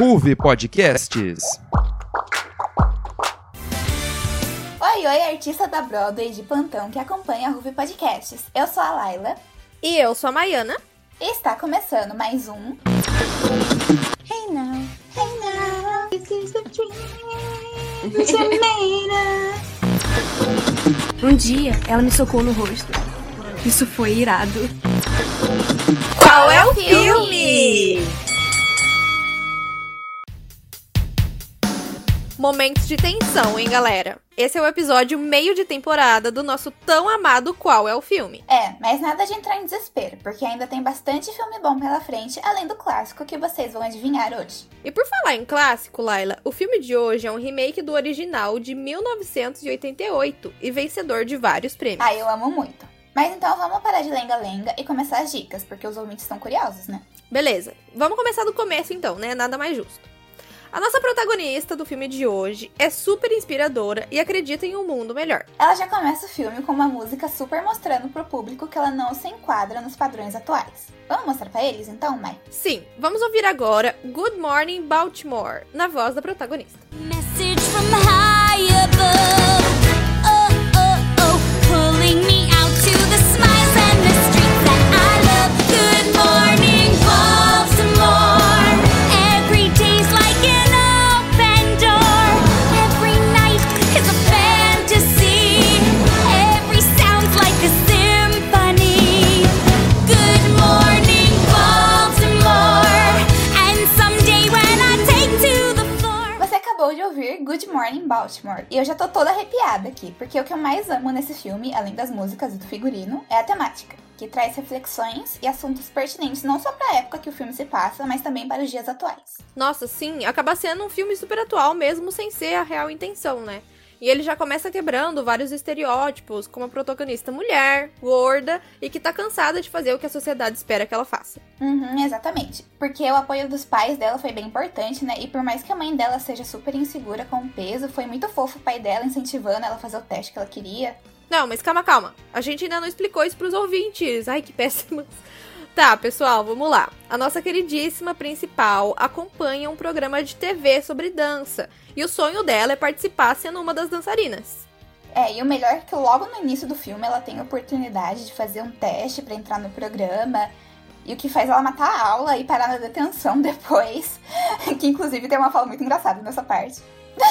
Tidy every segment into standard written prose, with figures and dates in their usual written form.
Ruve Podcasts. Oi, artista da Broadway de plantão que acompanha a Ruve Podcasts. Eu sou a Laila. E eu sou a Maiana. E está começando mais um... Hey now, this is a dream you made us. Um dia, ela me socou no rosto. Isso foi irado. Qual é o filme? Momentos de tensão, hein, galera? Esse é o episódio meio de temporada do nosso tão amado Qual é o Filme? Mas nada de entrar em desespero, porque ainda tem bastante filme bom pela frente, além do clássico que vocês vão adivinhar hoje. E por falar em clássico, Laila, o filme de hoje é um remake do original de 1988 e vencedor de vários prêmios. Eu amo muito. Mas então vamos parar de lenga-lenga e começar as dicas, porque os ouvintes estão curiosos, né? Beleza, vamos começar do começo então, né? Nada mais justo. A nossa protagonista do filme de hoje é super inspiradora e acredita em um mundo melhor. Ela já começa o filme com uma música super mostrando pro público que ela não se enquadra nos padrões atuais. Vamos mostrar pra eles então, Mai? Sim, vamos ouvir agora Good Morning Baltimore, na voz da protagonista. Message from high above. Oh, oh, oh, pulling me out to the smiles and the streets that I love. Good morning, Baltimore. Every day's like an open door. Every night is a fantasy. Every sound's like a symphony. Good morning, Baltimore. And someday when I take to the floor. Você acabou de ouvir Good Morning Baltimore, e eu já tô toda arrepiada aqui, porque o que eu mais amo nesse filme, além das músicas e do figurino, é a temática, que traz reflexões e assuntos pertinentes não só pra época que o filme se passa, mas também para os dias atuais. Nossa, sim, acaba sendo um filme super atual mesmo sem ser a real intenção, né? E ele já começa quebrando vários estereótipos, como a protagonista mulher, gorda e que tá cansada de fazer o que a sociedade espera que ela faça. Exatamente. Porque o apoio dos pais dela foi bem importante, né? E por mais que a mãe dela seja super insegura com o peso, foi muito fofo o pai dela incentivando ela a fazer o teste que ela queria. Não, mas calma. A gente ainda não explicou isso pros ouvintes. Ai, que péssimas. Tá, pessoal, vamos lá. A nossa queridíssima principal acompanha um programa de TV sobre dança. E o sonho dela é participar sendo uma das dançarinas. E o melhor é que logo no início do filme ela tem a oportunidade de fazer um teste pra entrar no programa. E o que faz ela matar a aula e parar na detenção depois. Que inclusive tem uma fala muito engraçada nessa parte.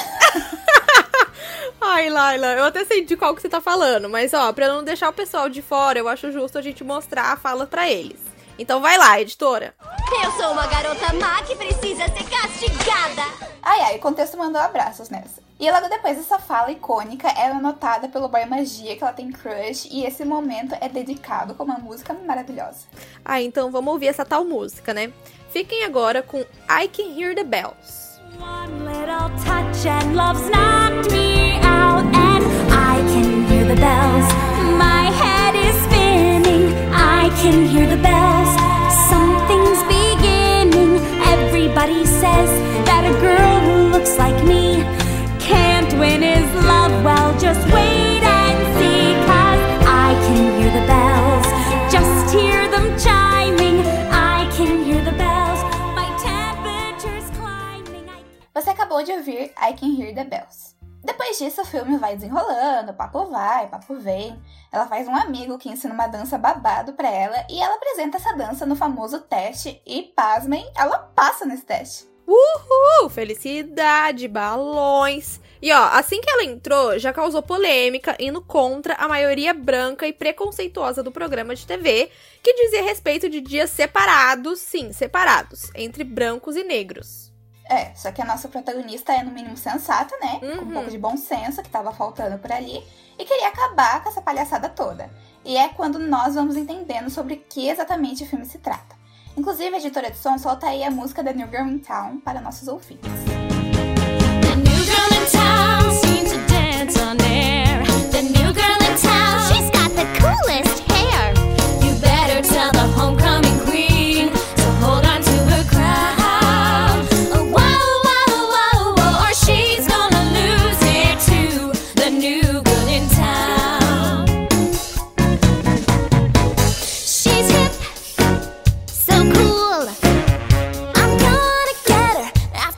Ai, Laila, eu até sei de qual que você tá falando. Mas ó, pra não deixar o pessoal de fora, eu acho justo a gente mostrar a fala pra eles. Então vai lá, editora. Eu sou uma garota má que precisa ser castigada. O contexto mandou abraços nessa. E logo depois dessa fala icônica, ela é notada pelo boy magia que ela tem crush. E esse momento é dedicado com uma música maravilhosa. Então vamos ouvir essa tal música, né? Fiquem agora com I Can Hear the Bells. One little touch and love's knocked me out. And I can hear the bells. My head is spinning. I can hear the bells. Something's beginning. Everybody says that a girl who looks like me can't win his love. Well, just wait and see, 'cause I can hear the bells. Just hear them chiming. I can hear the bells. My temperature's climbing. Você acabou de ouvir I Can Hear the Bells. Depois disso, o filme vai desenrolando, papo vai, papo vem. Ela faz um amigo que ensina uma dança babado pra ela e ela apresenta essa dança no famoso teste e, pasmem, ela passa nesse teste. Uhul! Felicidade, balões! E ó, assim que ela entrou, já causou polêmica indo contra a maioria branca e preconceituosa do programa de TV, que dizia respeito de dias separados, sim, separados, entre brancos e negros. Só que a nossa protagonista é no mínimo sensata, né? Com um pouco de bom senso que tava faltando por ali. E queria acabar com essa palhaçada toda. E é quando nós vamos entendendo sobre o que exatamente o filme se trata. Inclusive, a editora de som solta aí a música The New Girl in Town para nossos ouvintes. The new girl in town seems to dance on air. The new girl in town, she's got the coolest hair. You better tell the homecoming queen to hold on to her crown. Whoa, whoa, whoa, whoa, or she's gonna lose it to the new girl in town. She's hip, so cool. I'm gonna get her.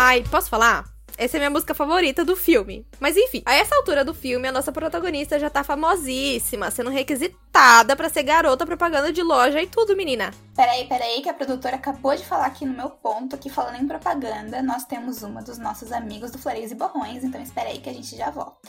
Ai, posso falar? Essa é a minha música favorita do filme. Mas enfim, a essa altura do filme, a nossa protagonista já tá famosíssima, sendo requisitada pra ser garota propaganda de loja e tudo, menina. Peraí, que a produtora acabou de falar aqui no meu ponto, que falando em propaganda, nós temos uma dos nossos amigos do Floreios e Borrões, então espera aí que a gente já volta.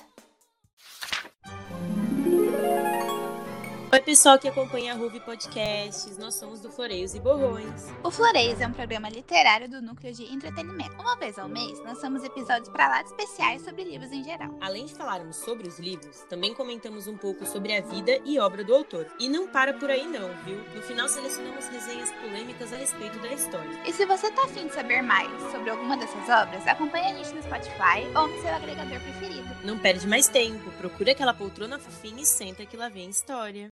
Oi, pessoal que acompanha a Ruve Podcasts, nós somos do Floreios e Borrões. O Floreios é um programa literário do Núcleo de Entretenimento. Uma vez ao mês, lançamos episódios pra lá de especiais sobre livros em geral. Além de falarmos sobre os livros, também comentamos um pouco sobre a vida e obra do autor. E não para por aí não, viu? No final selecionamos resenhas polêmicas a respeito da história. E se você tá afim de saber mais sobre alguma dessas obras, acompanhe a gente no Spotify ou no seu agregador preferido. Não perde mais tempo, procura aquela poltrona fofinha e senta que lá vem a história.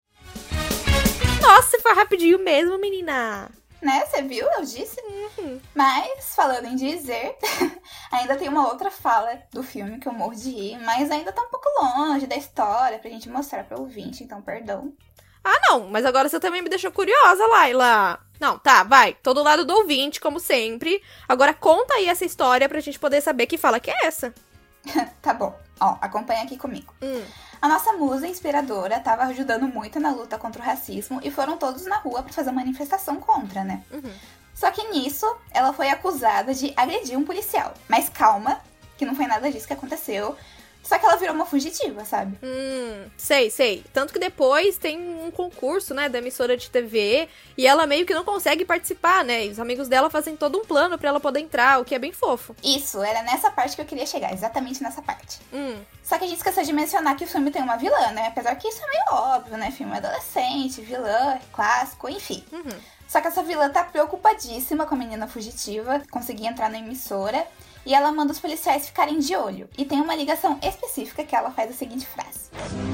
Nossa, foi rapidinho mesmo, menina. Né, você viu? Eu disse. Mas, falando em dizer, ainda tem uma outra fala do filme que eu morro de rir, mas ainda tá um pouco longe da história pra gente mostrar pro ouvinte, então perdão. Ah, não, mas agora você também me deixou curiosa, Laila. Não, tá, vai, tô do lado do ouvinte, como sempre. Agora conta aí essa história pra gente poder saber que fala que é essa. Tá bom, ó, acompanha aqui comigo. A nossa musa inspiradora tava ajudando muito na luta contra o racismo e foram todos na rua pra fazer manifestação contra, né? Só que nisso, ela foi acusada de agredir um policial. Mas calma, que não foi nada disso que aconteceu. Só que ela virou uma fugitiva, sabe? Sei. Tanto que depois tem um concurso, né, da emissora de TV, e ela meio que não consegue participar, né? E os amigos dela fazem todo um plano pra ela poder entrar, o que é bem fofo. Isso, era nessa parte que eu queria chegar, exatamente nessa parte. Só que a gente esqueceu de mencionar que o filme tem uma vilã, né? Apesar que isso é meio óbvio, né? Filme adolescente, vilã, clássico, enfim. Só que essa vilã tá preocupadíssima com a menina fugitiva, conseguir entrar na emissora, e ela manda os policiais ficarem de olho. E tem uma ligação específica que ela faz a seguinte frase.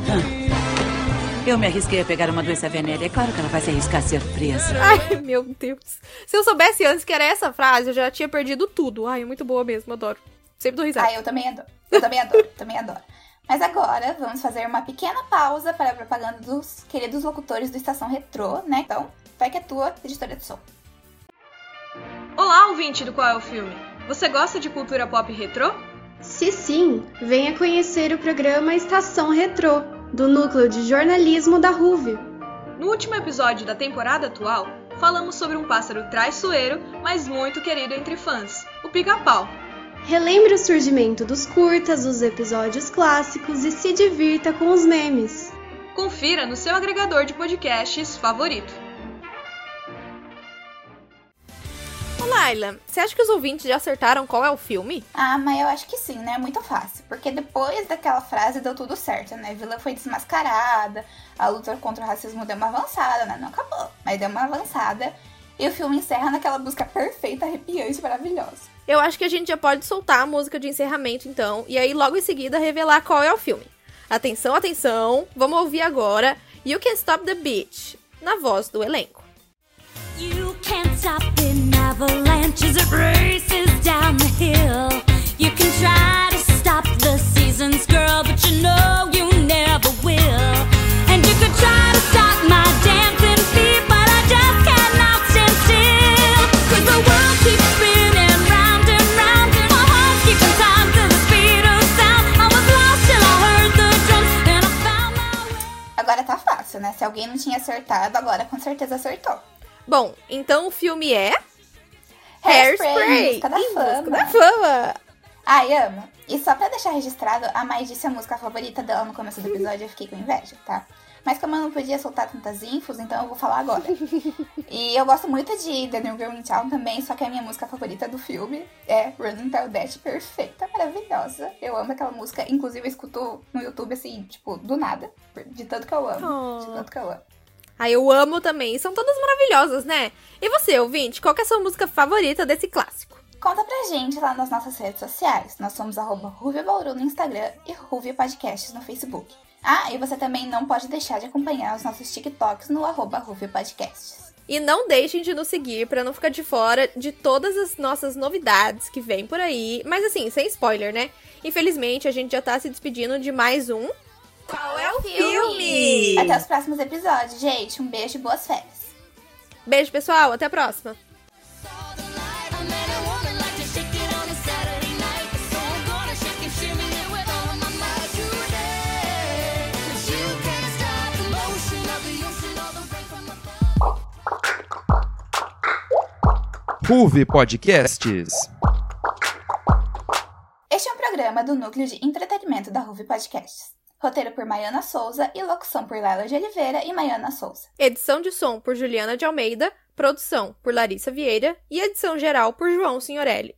Eu me arrisquei a pegar uma doença venérea. É claro que ela vai se arriscar a ser presa. Ai, meu Deus. Se eu soubesse antes que era essa frase, eu já tinha perdido tudo. Ai, é muito boa mesmo, adoro. Sempre dou risada. Ai, eu também adoro. Mas agora, vamos fazer uma pequena pausa para a propaganda dos queridos locutores do Estação Retrô, né? Então, vai que é tua, editora de som. Olá, ouvinte do Qual é o Filme? Você gosta de cultura pop retrô? Se sim, venha conhecer o programa Estação Retrô, do Núcleo de Jornalismo da Ruve. No último episódio da temporada atual, falamos sobre um pássaro traiçoeiro, mas muito querido entre fãs, o pica-pau. Relembre o surgimento dos curtas, dos episódios clássicos e se divirta com os memes. Confira no seu agregador de podcasts favorito. Ô, Laila, você acha que os ouvintes já acertaram qual é o filme? Ah, mas eu acho que sim, né? É muito fácil. Porque depois daquela frase deu tudo certo, né? A vilã foi desmascarada, a luta contra o racismo deu uma avançada, né? Não acabou, mas deu uma avançada. E o filme encerra naquela música perfeita, arrepiante, maravilhosa. Eu acho que a gente já pode soltar a música de encerramento, então, e aí logo em seguida revelar qual é o filme. Atenção, atenção, vamos ouvir agora You Can't Stop the Beat, na voz do elenco. You can't stop an avalanche as it races down the hill. You can try to stop the seasons, girl, but you know you never will. And you can try to stop my dancing feet, but I just cannot stand still. 'Cause the world keeps spinning round and round, my heart's keeping time to the speed of sound. I was lost till I heard the drums and I found my way. Agora tá fácil, né? Se alguém não tinha acertado, agora com certeza acertou. Bom, então o filme é... Hairspray, música da Música da fama. fama. Ai, amo. E só pra deixar registrado, a Mai disse a música favorita dela no começo do episódio, eu fiquei com inveja, tá? Mas como eu não podia soltar tantas infos, então eu vou falar agora. E eu gosto muito de The New Girl in Town também, só que a minha música favorita do filme é Running Tell Dash, perfeita, maravilhosa. Eu amo aquela música, inclusive eu escuto no YouTube assim, tipo, do nada, de tanto que eu amo, de tanto que eu amo. Ah, eu amo também, são todas maravilhosas, né? E você, ouvinte, qual que é a sua música favorita desse clássico? Conta pra gente lá nas nossas redes sociais. Nós somos @RuviaBauru no Instagram e Ruvia Podcasts no Facebook. Ah, e você também não pode deixar de acompanhar os nossos TikToks no @RuviaPodcasts. E não deixem de nos seguir pra não ficar de fora de todas as nossas novidades que vem por aí. Mas assim, sem spoiler, né? Infelizmente, a gente já tá se despedindo de mais um... Qual é o filme? Até os próximos episódios, gente. Um beijo e boas férias. Beijo, pessoal. Até a próxima. Saw the light, I met a woman like to shake it on a Saturday. Ruve Podcasts. Este é um programa do Núcleo de Entretenimento da Ruve Podcasts. Roteiro por Maiana Souza e locução por Laila de Oliveira e Maiana Souza. Edição de som por Juliana de Almeida, produção por Larissa Vieira e edição geral por João Signorelli.